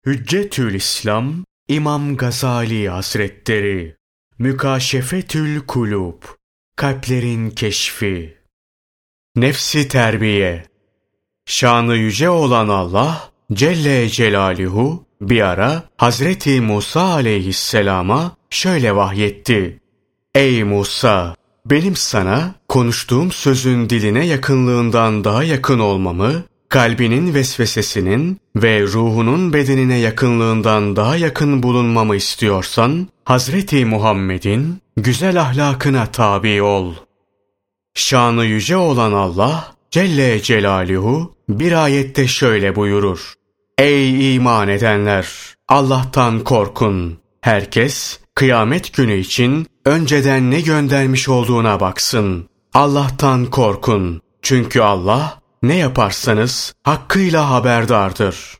Hüccetül İslam İmam Gazali Hazretleri. Mükaşefetül Kulub, kalplerin keşfi. Nefsi terbiye. Şanı yüce olan Allah Celle Celaluhu bir ara Hazreti Musa aleyhisselama şöyle vahyetti: Ey Musa! Benim sana konuştuğum sözün diline yakınlığından daha yakın olmamı, kalbinin vesvesesinin ve ruhunun bedenine yakınlığından daha yakın bulunmamı istiyorsan, Hazreti Muhammed'in güzel ahlakına tabi ol. Şanı yüce olan Allah Celle Celaluhu bir ayette şöyle buyurur: Ey iman edenler! Allah'tan korkun. Herkes kıyamet günü için önceden ne göndermiş olduğuna baksın. Allah'tan korkun. Çünkü Allah ne yaparsanız hakkıyla haberdardır.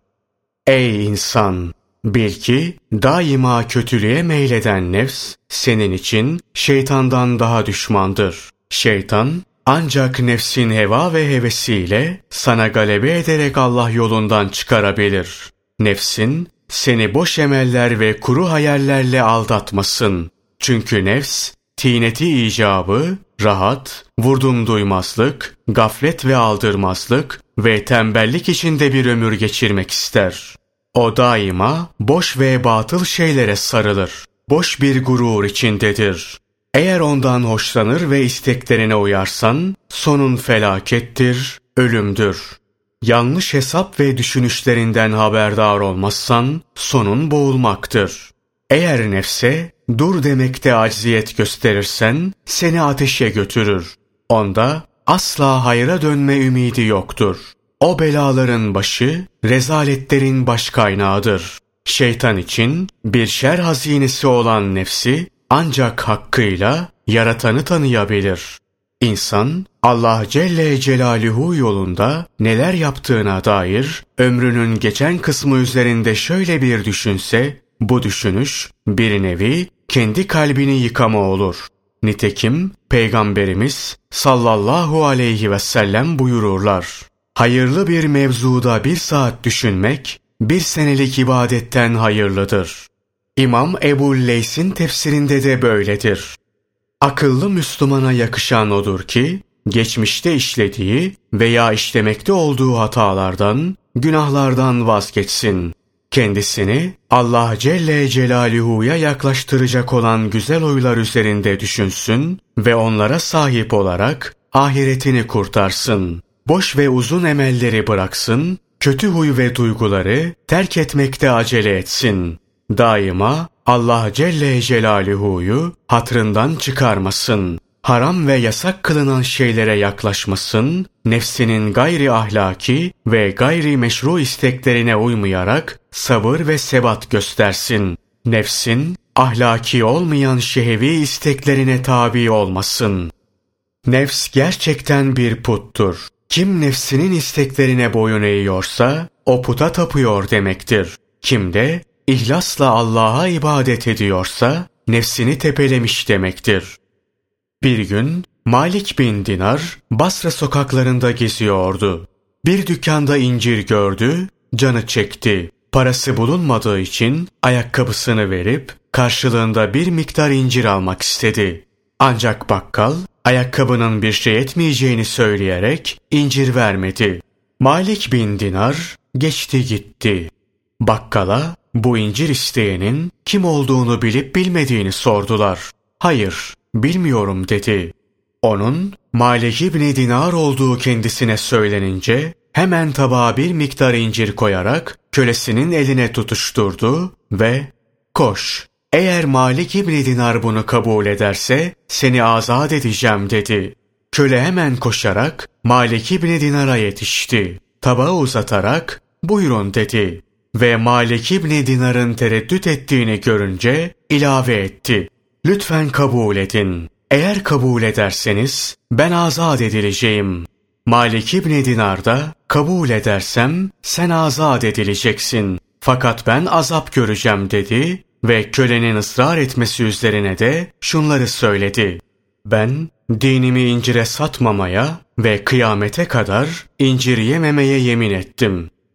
Ey insan! Bil ki daima kötülüğe meyleden nefs senin için şeytandan daha düşmandır. Şeytan ancak nefsin heva ve hevesiyle sana galebe ederek Allah yolundan çıkarabilir. Nefsin seni boş emeller ve kuru hayallerle aldatmasın. Çünkü nefs tineti icabı, rahat, vurdum duymazlık, gaflet ve aldırmazlık ve tembellik içinde bir ömür geçirmek ister. O daima boş ve batıl şeylere sarılır. Boş bir gurur içindedir. Eğer ondan hoşlanır ve isteklerine uyarsan, sonun felakettir, ölümdür. Yanlış hesap ve düşünüşlerinden haberdar olmazsan, sonun boğulmaktır. Eğer nefse dur demekte acziyet gösterirsen, seni ateşe götürür. Onda asla hayra dönme ümidi yoktur. O belaların başı, rezaletlerin baş kaynağıdır. Şeytan için bir şer hazinesi olan nefsi, ancak hakkıyla yaratanı tanıyabilir. İnsan, Allah Celle Celaluhu yolunda neler yaptığına dair ömrünün geçen kısmı üzerinde şöyle bir düşünse, bu düşünüş bir nevi kendi kalbini yıkama olur. Nitekim Peygamberimiz sallallahu aleyhi ve sellem buyururlar: Hayırlı bir mevzuda 1 saat düşünmek, 1 senelik ibadetten hayırlıdır. İmam Ebu'l Leys'in tefsirinde de böyledir. Akıllı Müslümana yakışan odur ki, geçmişte işlediği veya işlemekte olduğu hatalardan, günahlardan vazgeçsin. Kendisini Allah Celle Celaluhu'ya yaklaştıracak olan güzel huylar üzerinde düşünsün ve onlara sahip olarak ahiretini kurtarsın. Boş ve uzun emelleri bıraksın, kötü huy ve duyguları terk etmekte acele etsin. Daima Allah Celle Celaluhu'yu hatrından çıkarmasın. Haram ve yasak kılınan şeylere yaklaşmasın, nefsinin gayri ahlaki ve gayri meşru isteklerine uymayarak sabır ve sebat göstersin. Nefsin ahlaki olmayan şehvi isteklerine tabi olmasın. Nefs gerçekten bir puttur. Kim nefsinin isteklerine boyun eğiyorsa o puta tapıyor demektir. Kim de İhlasla Allah'a ibadet ediyorsa nefsini tepelemiş demektir. Bir gün Malik bin Dinar Basra sokaklarında geziyordu. Bir dükkanda incir gördü, canı çekti. Parası bulunmadığı için ayakkabısını verip karşılığında bir miktar incir almak istedi. Ancak bakkal ayakkabının bir şey etmeyeceğini söyleyerek incir vermedi. Malik bin Dinar geçti gitti. Bakkala bu incir isteyenin kim olduğunu bilip bilmediğini sordular. Hayır, bilmiyorum dedi. Onun Malik İbni Dinar olduğu kendisine söylenince hemen tabağa bir miktar incir koyarak kölesinin eline tutuşturdu ve koş, eğer Malik İbni Dinar bunu kabul ederse seni azat edeceğim dedi. Köle hemen koşarak Malik İbni Dinar'a yetişti. Tabağı uzatarak buyurun dedi. Ve Malik İbni Dinar'ın tereddüt ettiğini görünce ilave etti: Lütfen kabul edin. Eğer kabul ederseniz ben azat edileceğim. Malik İbni Dinar da kabul edersem sen azat edileceksin. Fakat ben azap göreceğim dedi ve kölenin ısrar etmesi üzerine de şunları söyledi: Ben dinimi incire satmamaya ve kıyamete kadar incir yememeye yemin ettim.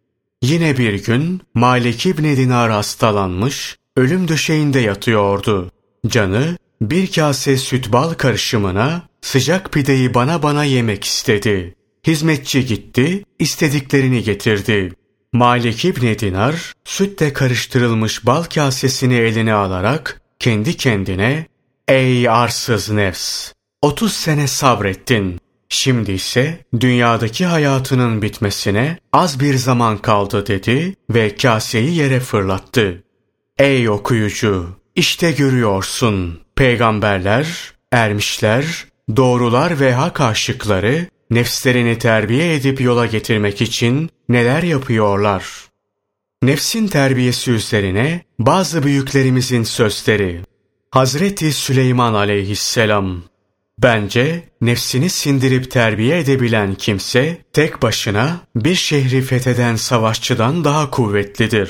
Yine bir gün Malik İbni Dinar hastalanmış, ölüm döşeğinde yatıyordu. Canı bir kase süt bal karışımına sıcak pideyi bana yemek istedi. Hizmetçi gitti, istediklerini getirdi. Malik İbni Dinar sütle karıştırılmış bal kasesini eline alarak kendi kendine "Ey arsız nefs! 30 sene sabrettin. Şimdi ise dünyadaki hayatının bitmesine az bir zaman kaldı" dedi ve kaseyi yere fırlattı. Ey okuyucu! İşte görüyorsun. Peygamberler, ermişler, doğrular ve hak aşıkları nefslerini terbiye edip yola getirmek için neler yapıyorlar? Nefsin terbiyesi üzerine bazı büyüklerimizin sözleri. Hazreti Süleyman aleyhisselam: bence nefsini sindirip terbiye edebilen kimse tek başına bir şehri fetheden savaşçıdan daha kuvvetlidir.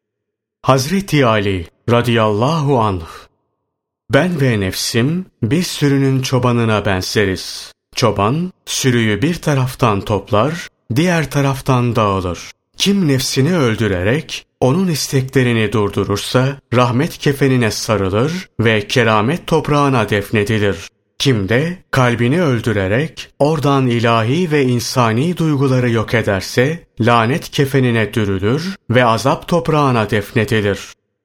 Hazreti Ali radıyallahu anh: ben ve nefsim bir sürünün çobanına benzeriz. Çoban sürüyü bir taraftan toplar, diğer taraftan dağılır. Kim nefsini öldürerek onun isteklerini durdurursa rahmet kefenine sarılır ve keramet toprağına defnedilir. Kim de kalbini öldürerek oradan ilahi ve insani duyguları yok ederse lanet kefenine dürülür ve azap toprağına defnedilir.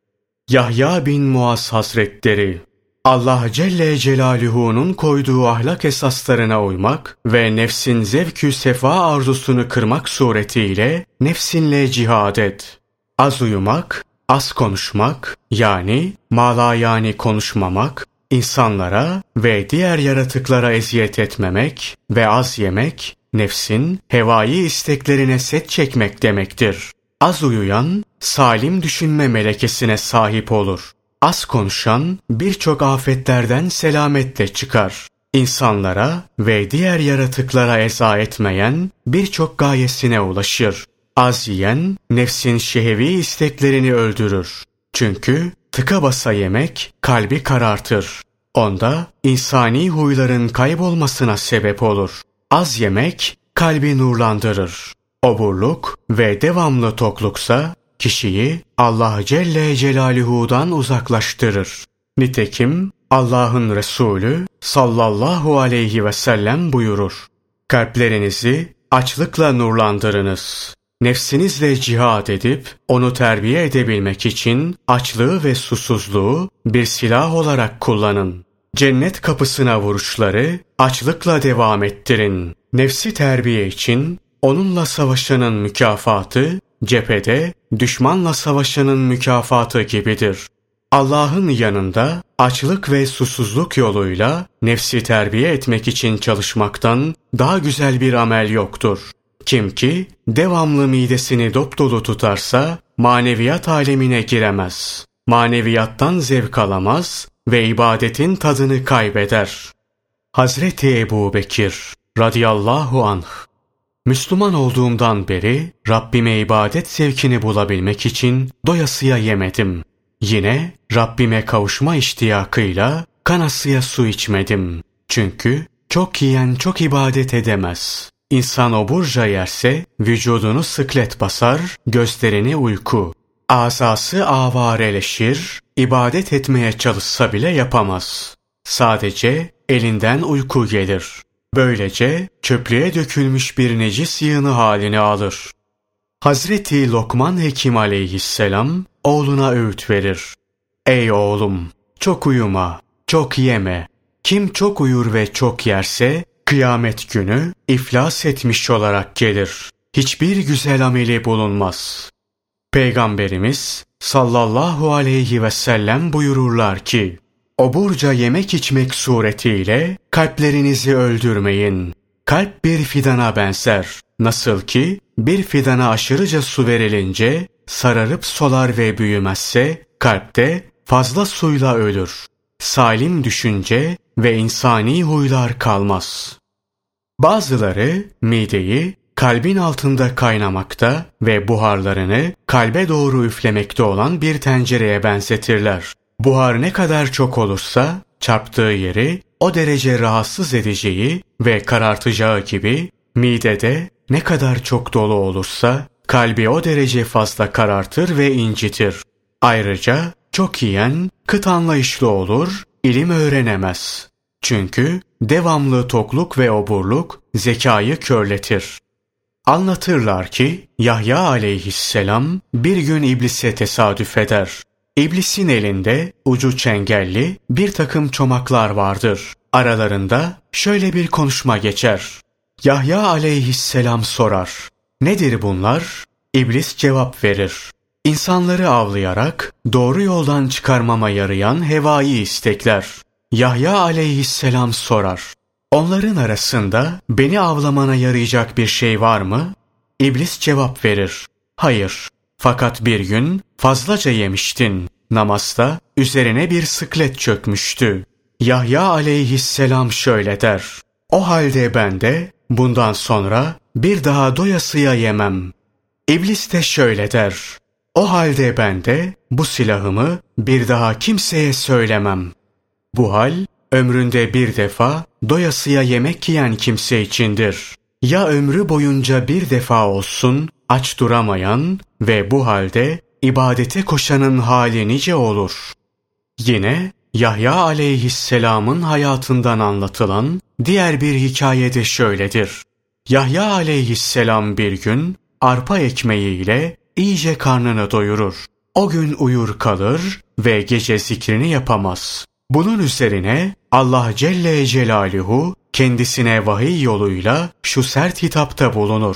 Yahya bin Muaz Hazretleri: Allah Celle Celaluhu'nun koyduğu ahlak esaslarına uymak ve nefsin zevkü sefa arzusunu kırmak suretiyle nefsinle cihad et. Az uyumak, az konuşmak, yani malayani konuşmamak, insanlara ve diğer yaratıklara eziyet etmemek ve az yemek, nefsin hevai isteklerine set çekmek demektir. Az uyuyan, salim düşünme melekesine sahip olur. Az konuşan birçok afetlerden selametle çıkar. İnsanlara ve diğer yaratıklara eza etmeyen birçok gayesine ulaşır. Az yiyen nefsin şehvi isteklerini öldürür. Çünkü tıka basa yemek kalbi karartır. Onda insani huyların kaybolmasına sebep olur. Az yemek kalbi nurlandırır. Oburluk ve devamlı tokluksa kişiyi Allah Celle Celaluhu'dan uzaklaştırır. Nitekim Allah'ın Resulü sallallahu aleyhi ve sellem buyurur: kalplerinizi açlıkla nurlandırınız. Nefsinizle cihad edip onu terbiye edebilmek için açlığı ve susuzluğu bir silah olarak kullanın. Cennet kapısına vuruşları açlıkla devam ettirin. Nefsi terbiye için onunla savaşanın mükafatı cephede düşmanla savaşanın mükafatı gibidir. Allah'ın yanında açlık ve susuzluk yoluyla nefsi terbiye etmek için çalışmaktan daha güzel bir amel yoktur. Kim ki devamlı midesini dopdolu tutarsa maneviyat alemine giremez. Maneviyattan zevk alamaz ve ibadetin tadını kaybeder. Hazreti Ebu Bekir radıyallahu anh: Müslüman olduğumdan beri Rabbime ibadet zevkini bulabilmek için doyasıya yemedim. Yine Rabbime kavuşma iştiyakıyla kanasıya su içmedim. Çünkü çok yiyen çok ibadet edemez. İnsan oburca yerse vücudunu sıklet basar, gözlerini uyku. Azası avareleşir, ibadet etmeye çalışsa bile yapamaz. Sadece elinden uyku gelir. Böylece çöplüğe dökülmüş bir necis yığını halini alır. Hazreti Lokman Hekim aleyhisselam oğluna öğüt verir. Ey oğlum! Çok uyuma, çok yeme. Kim çok uyur ve çok yerse kıyamet günü iflas etmiş olarak gelir. Hiçbir güzel ameli bulunmaz. Peygamberimiz sallallahu aleyhi ve sellem buyururlar ki, oburca yemek içmek suretiyle kalplerinizi öldürmeyin. Kalp bir fidana benzer. Nasıl ki bir fidana aşırıca su verilince sararıp solar ve büyümezse kalpte fazla suyla ölür. Salim düşünce ve insani huylar kalmaz. Bazıları mideyi kalbin altında kaynamakta ve buharlarını kalbe doğru üflemekte olan bir tencereye benzetirler. Buhar ne kadar çok olursa çarptığı yeri o derece rahatsız edeceği ve karartacağı gibi midede ne kadar çok dolu olursa kalbi o derece fazla karartır ve incitir. Ayrıca çok yiyen kıt anlayışlı olur, ilim öğrenemez. Çünkü devamlı tokluk ve oburluk zekayı körletir. Anlatırlar ki Yahya aleyhisselam bir gün iblise tesadüf eder. İblisin elinde ucu çengelli bir takım çomaklar vardır. Aralarında şöyle bir konuşma geçer. Yahya aleyhisselam sorar. Nedir bunlar? İblis cevap verir. İnsanları avlayarak doğru yoldan çıkarmama yarayan hevai istekler. Yahya aleyhisselam sorar. Onların arasında beni avlamana yarayacak bir şey var mı? İblis cevap verir. Hayır. Fakat bir gün fazlaca yemiştin. Namazda üzerine bir sıklet çökmüştü. Yahya aleyhisselam şöyle der. O halde ben de bundan sonra bir daha doyasıya yemem. İblis de şöyle der. O halde ben de bu silahımı bir daha kimseye söylemem. Bu hal ömründe bir defa doyasıya yemek yiyen kimse içindir. Ya ömrü boyunca bir defa olsun aç duramayan ve bu halde ibadete koşanın hali nice olur. Yine Yahya aleyhisselamın hayatından anlatılan diğer bir hikayede şöyledir. Yahya aleyhisselam bir gün arpa ekmeğiyle iyice karnını doyurur. O gün uyur kalır ve gece zikrini yapamaz. Bunun üzerine Allah Celle Celaluhu kendisine vahiy yoluyla şu sert hitapta bulunur.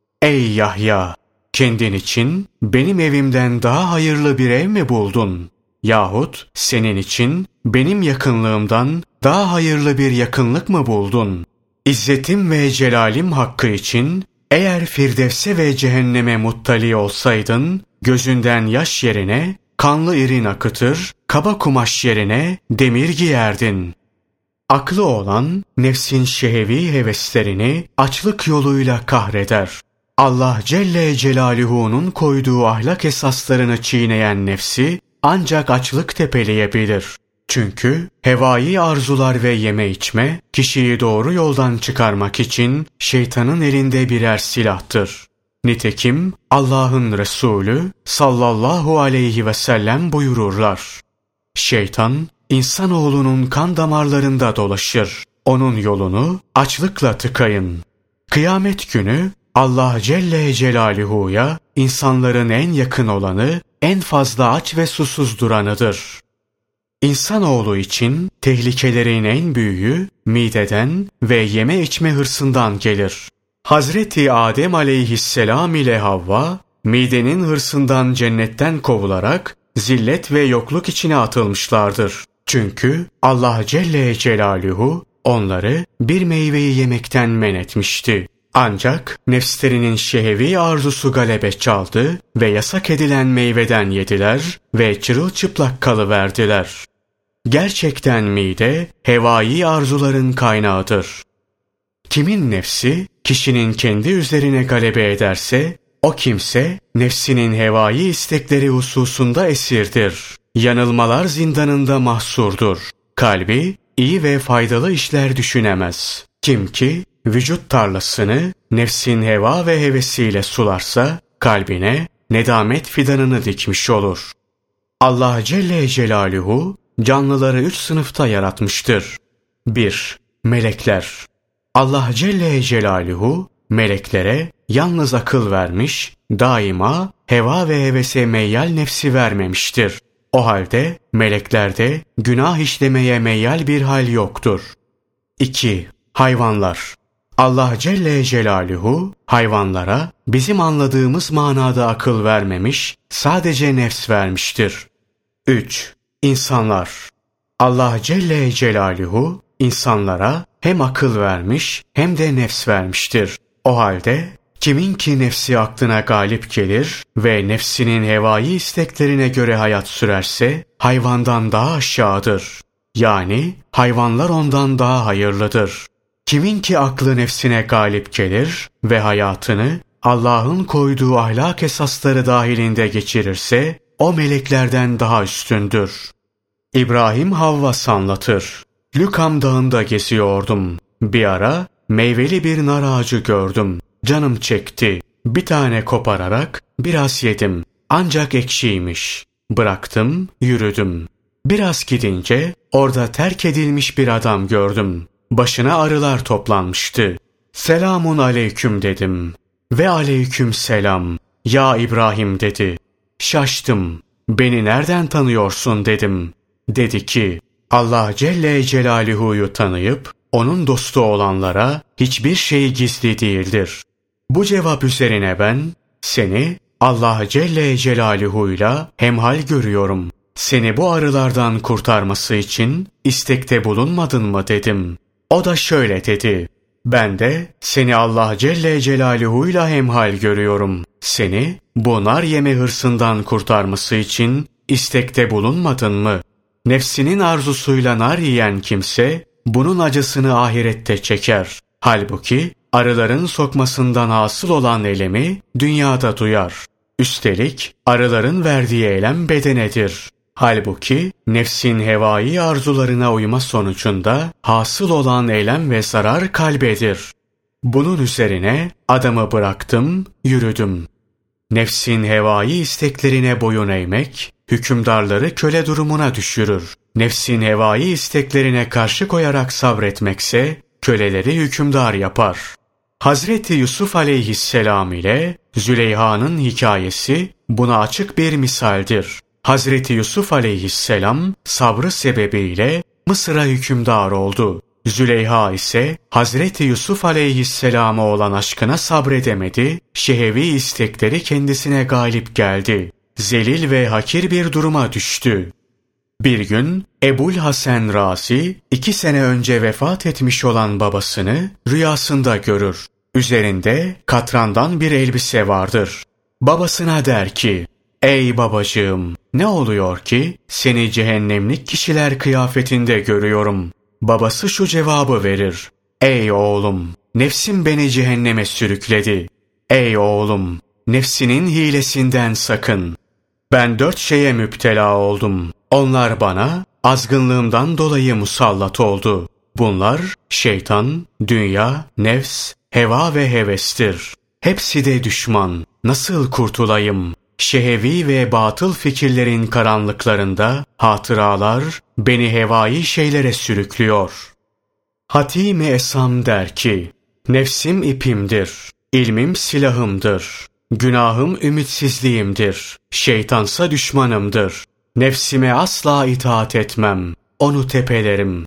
Ey Yahya! Kendin için benim evimden daha hayırlı bir ev mi buldun? Yahut senin için benim yakınlığımdan daha hayırlı bir yakınlık mı buldun? İzzetim ve celalim hakkı için eğer Firdevs'e ve cehenneme muttali olsaydın, gözünden yaş yerine kanlı irin akıtır, kaba kumaş yerine demir giyerdin. Aklı olan nefsin şehevi heveslerini açlık yoluyla kahreder. Allah Celle Celaluhu'nun koyduğu ahlak esaslarını çiğneyen nefsi ancak açlık tepeleyebilir. Çünkü hevai arzular ve yeme içme kişiyi doğru yoldan çıkarmak için şeytanın elinde birer silahtır. Nitekim Allah'ın Resulü sallallahu aleyhi ve sellem buyururlar. Şeytan insanoğlunun kan damarlarında dolaşır. Onun yolunu açlıkla tıkayın. Kıyamet günü Allah Celle Celaluhu'ya insanların en yakın olanı en fazla aç ve susuz duranıdır. İnsanoğlu için tehlikelerin en büyüğü mideden ve yeme içme hırsından gelir. Hazreti Adem aleyhisselam ile Havva, midenin hırsından cennetten kovularak zillet ve yokluk içine atılmışlardır. Çünkü Allah Celle Celaluhu onları bir meyveyi yemekten men etmişti. Ancak nefslerinin şehevi arzusu galebe çaldı ve yasak edilen meyveden yediler ve çırılçıplak kalıverdiler. Gerçekten mide, hevai arzuların kaynağıdır. Kimin nefsi, kişinin kendi üzerine galebe ederse, o kimse nefsinin hevai istekleri hususunda esirdir. Yanılmalar zindanında mahsurdur. Kalbi, iyi ve faydalı işler düşünemez. Kim ki, vücut tarlasını nefsin heva ve hevesiyle sularsa, kalbine nedamet fidanını dikmiş olur. Allah Celle Celaluhu, canlıları 3 sınıfta yaratmıştır. 1. Melekler. Allah Celle Celaluhu, meleklere yalnız akıl vermiş, daima heva ve hevese meyyal nefsi vermemiştir. O halde meleklerde günah işlemeye meyyal bir hal yoktur. 2. Hayvanlar. Allah Celle Celaluhu hayvanlara bizim anladığımız manada akıl vermemiş, sadece nefs vermiştir. 3. İnsanlar. Allah Celle Celaluhu insanlara hem akıl vermiş hem de nefs vermiştir. O halde kimin ki nefsi aklına galip gelir ve nefsinin hevai isteklerine göre hayat sürerse hayvandan daha aşağıdır. Yani hayvanlar ondan daha hayırlıdır. Kimin ki aklı nefsine galip gelir ve hayatını Allah'ın koyduğu ahlak esasları dahilinde geçirirse o meleklerden daha üstündür. İbrahim Havvas anlatır. Lükam Dağı'nda geziyordum. Bir ara meyveli bir nar ağacı gördüm. Canım çekti. Bir tane kopararak biraz yedim. Ancak ekşiymiş. Bıraktım, yürüdüm. Biraz gidince orada terk edilmiş bir adam gördüm. Başına arılar toplanmıştı. Selamun aleyküm dedim. Ve aleyküm selam. Ya İbrahim dedi. Şaştım. Beni nereden tanıyorsun dedim. Dedi ki, Allah Celle Celaluhu'yu tanıyıp onun dostu olanlara hiçbir şey gizli değildir. Bu cevap üzerine ben seni Allah Celle Celaluhu'yla hemhal görüyorum. Seni bu arılardan kurtarması için istekte bulunmadın mı dedim. O da şöyle dedi. Ben de seni Allah Celle Celaluhu'yla hemhal görüyorum. Seni bu nar yeme hırsından kurtarması için istekte bulunmadın mı? Nefsinin arzusuyla nar yiyen kimse bunun acısını ahirette çeker. Halbuki arıların sokmasından hasıl olan elemi dünyada duyar. Üstelik arıların verdiği elem bedenedir. Halbuki nefsin hevai arzularına uyma sonucunda hasıl olan elem ve zarar kalbedir. Bunun üzerine adamı bıraktım, yürüdüm. Nefsin hevai isteklerine boyun eğmek, hükümdarları köle durumuna düşürür. Nefsin hevai isteklerine karşı koyarak sabretmekse, köleleri hükümdar yapar. Hazreti Yusuf aleyhisselam ile Züleyha'nın hikayesi buna açık bir misaldir. Hazreti Yusuf aleyhisselam sabrı sebebiyle Mısır'a hükümdar oldu. Züleyha ise Hazreti Yusuf aleyhisselama olan aşkına sabredemedi, şehevi istekleri kendisine galip geldi. Zelil ve hakir bir duruma düştü. Bir gün Ebul Hasan Razi 2 sene önce vefat etmiş olan babasını rüyasında görür. Üzerinde katrandan bir elbise vardır. Babasına der ki, ''Ey babacığım, ne oluyor ki seni cehennemlik kişiler kıyafetinde görüyorum?'' Babası şu cevabı verir. ''Ey oğlum, nefsim beni cehenneme sürükledi. Ey oğlum, nefsinin hilesinden sakın. Ben 4 şeye müptela oldum. Onlar bana azgınlığımdan dolayı musallat oldu. Bunlar şeytan, dünya, nefs, heva ve hevestir. Hepsi de düşman. Nasıl kurtulayım? Şehevi ve batıl fikirlerin karanlıklarında hatıralar beni hevai şeylere sürüklüyor.'' Hatim-i Esam der ki, nefsim ipimdir, ilmim silahımdır, günahım ümitsizliğimdir, şeytansa düşmanımdır. Nefsime asla itaat etmem, onu tepelerim.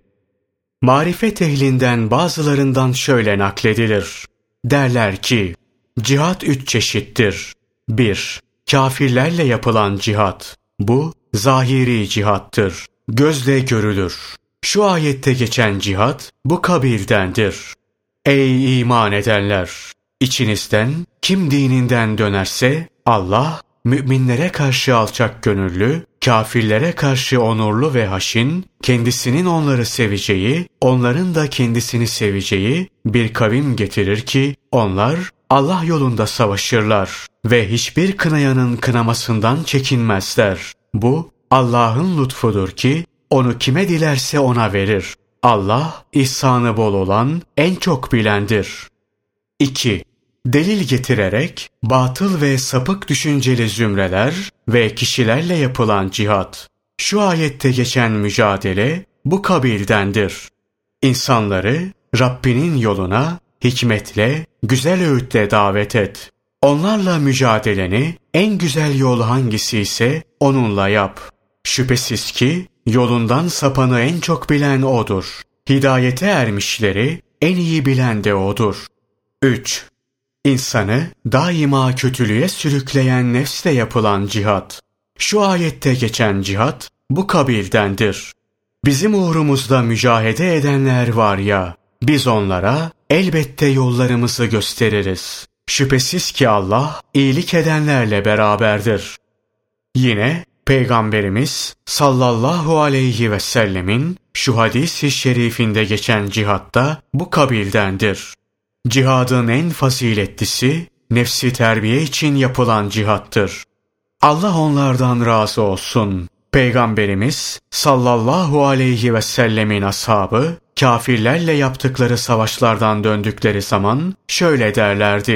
Marifet ehlinden bazılarından şöyle nakledilir. Derler ki, cihat 3 çeşittir. 1. Kafirlerle yapılan cihat. Bu, zahiri cihattır. Gözle görülür. Şu ayette geçen cihat, bu kabildendir. Ey iman edenler! İçinizden kim dininden dönerse, Allah, müminlere karşı alçak gönüllü, kafirlere karşı onurlu ve haşin, kendisinin onları seveceği, onların da kendisini seveceği bir kavim getirir ki, onlar Allah yolunda savaşırlar ve hiçbir kınayanın kınamasından çekinmezler. Bu, Allah'ın lütfudur ki, onu kime dilerse ona verir. Allah, ihsanı bol olan, en çok bilendir. 2. Delil getirerek, batıl ve sapık düşünceli zümreler ve kişilerle yapılan cihat. Şu ayette geçen mücadele, bu kabildendir. İnsanları, Rabbinin yoluna, hikmetle, güzel öğütle davet et. Onlarla mücadeleni, en güzel yol hangisi ise, onunla yap. Şüphesiz ki, yolundan sapanı en çok bilen O'dur. Hidayete ermişleri en iyi bilen de O'dur. 3. İnsanı daima kötülüğe sürükleyen nefsle yapılan cihat. Şu ayette geçen cihat bu kabildendir. Bizim uğrumuzda mücahede edenler var ya, biz onlara elbette yollarımızı gösteririz. Şüphesiz ki Allah iyilik edenlerle beraberdir. Yine Peygamberimiz sallallahu aleyhi ve sellemin şu hadis-i şerifinde geçen cihatta bu kabildendir. Cihadın en faziletlisi nefsi terbiye için yapılan cihattır. Allah onlardan razı olsun. Peygamberimiz sallallahu aleyhi ve sellemin ashabı kafirlerle yaptıkları savaşlardan döndükleri zaman şöyle derlerdi.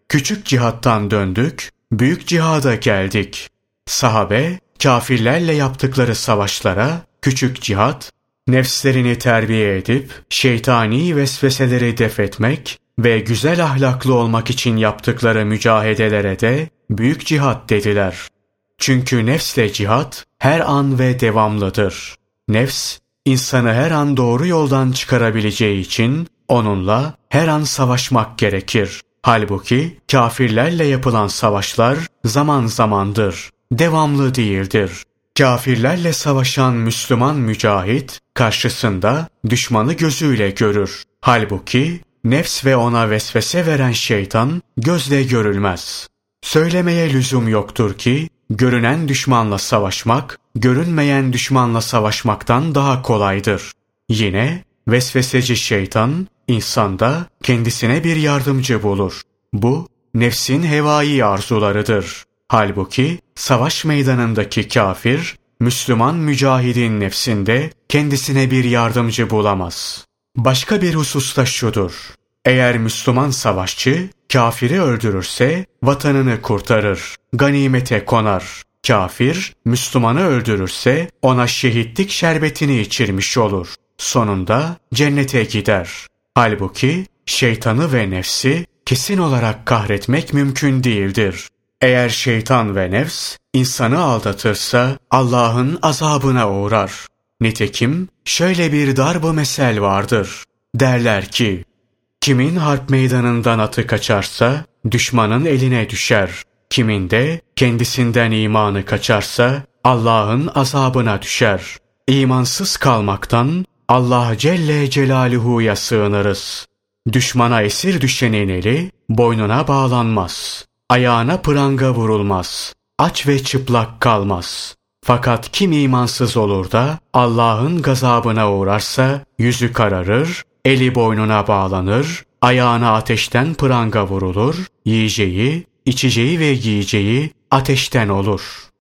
Küçük cihattan döndük, büyük cihada geldik. Sahabe, kâfirlerle yaptıkları savaşlara küçük cihat, nefslerini terbiye edip şeytani vesveseleri def etmek ve güzel ahlaklı olmak için yaptıkları mücahedelere de büyük cihat dediler. Çünkü nefsle cihat her an ve devamlıdır. Nefs, insanı her an doğru yoldan çıkarabileceği için onunla her an savaşmak gerekir. Halbuki kâfirlerle yapılan savaşlar zaman zamandır, devamlı değildir. Kâfirlerle savaşan Müslüman mücahit karşısında düşmanı gözüyle görür. Halbuki nefs ve ona vesvese veren şeytan gözle görülmez. Söylemeye lüzum yoktur ki görünen düşmanla savaşmak, görünmeyen düşmanla savaşmaktan daha kolaydır. Yine vesveseci şeytan insanda kendisine bir yardımcı bulur. Bu nefsin hevai arzularıdır. Halbuki savaş meydanındaki kafir, Müslüman mücahidin nefsinde kendisine bir yardımcı bulamaz. Başka bir husus da şudur. Eğer Müslüman savaşçı kafiri öldürürse vatanını kurtarır, ganimete konar. Kafir Müslümanı öldürürse ona şehitlik şerbetini içirmiş olur. Sonunda cennete gider. Halbuki şeytanı ve nefsi kesin olarak kahretmek mümkün değildir. Eğer şeytan ve nefs insanı aldatırsa Allah'ın azabına uğrar. Nitekim şöyle bir darb-ı mesel vardır. Derler ki, kimin harp meydanından atı kaçarsa düşmanın eline düşer. Kimin de kendisinden imanı kaçarsa Allah'ın azabına düşer. İmansız kalmaktan Allah Celle Celaluhu'ya sığınırız. Düşmana esir düşenin eli boynuna bağlanmaz. Ayağına pranga vurulmaz. Aç ve çıplak kalmaz. Fakat kim imansız olur da Allah'ın gazabına uğrarsa yüzü kararır, eli boynuna bağlanır, ayağına ateşten pranga vurulur, yiyeceği, içeceği ve giyeceği ateşten olur.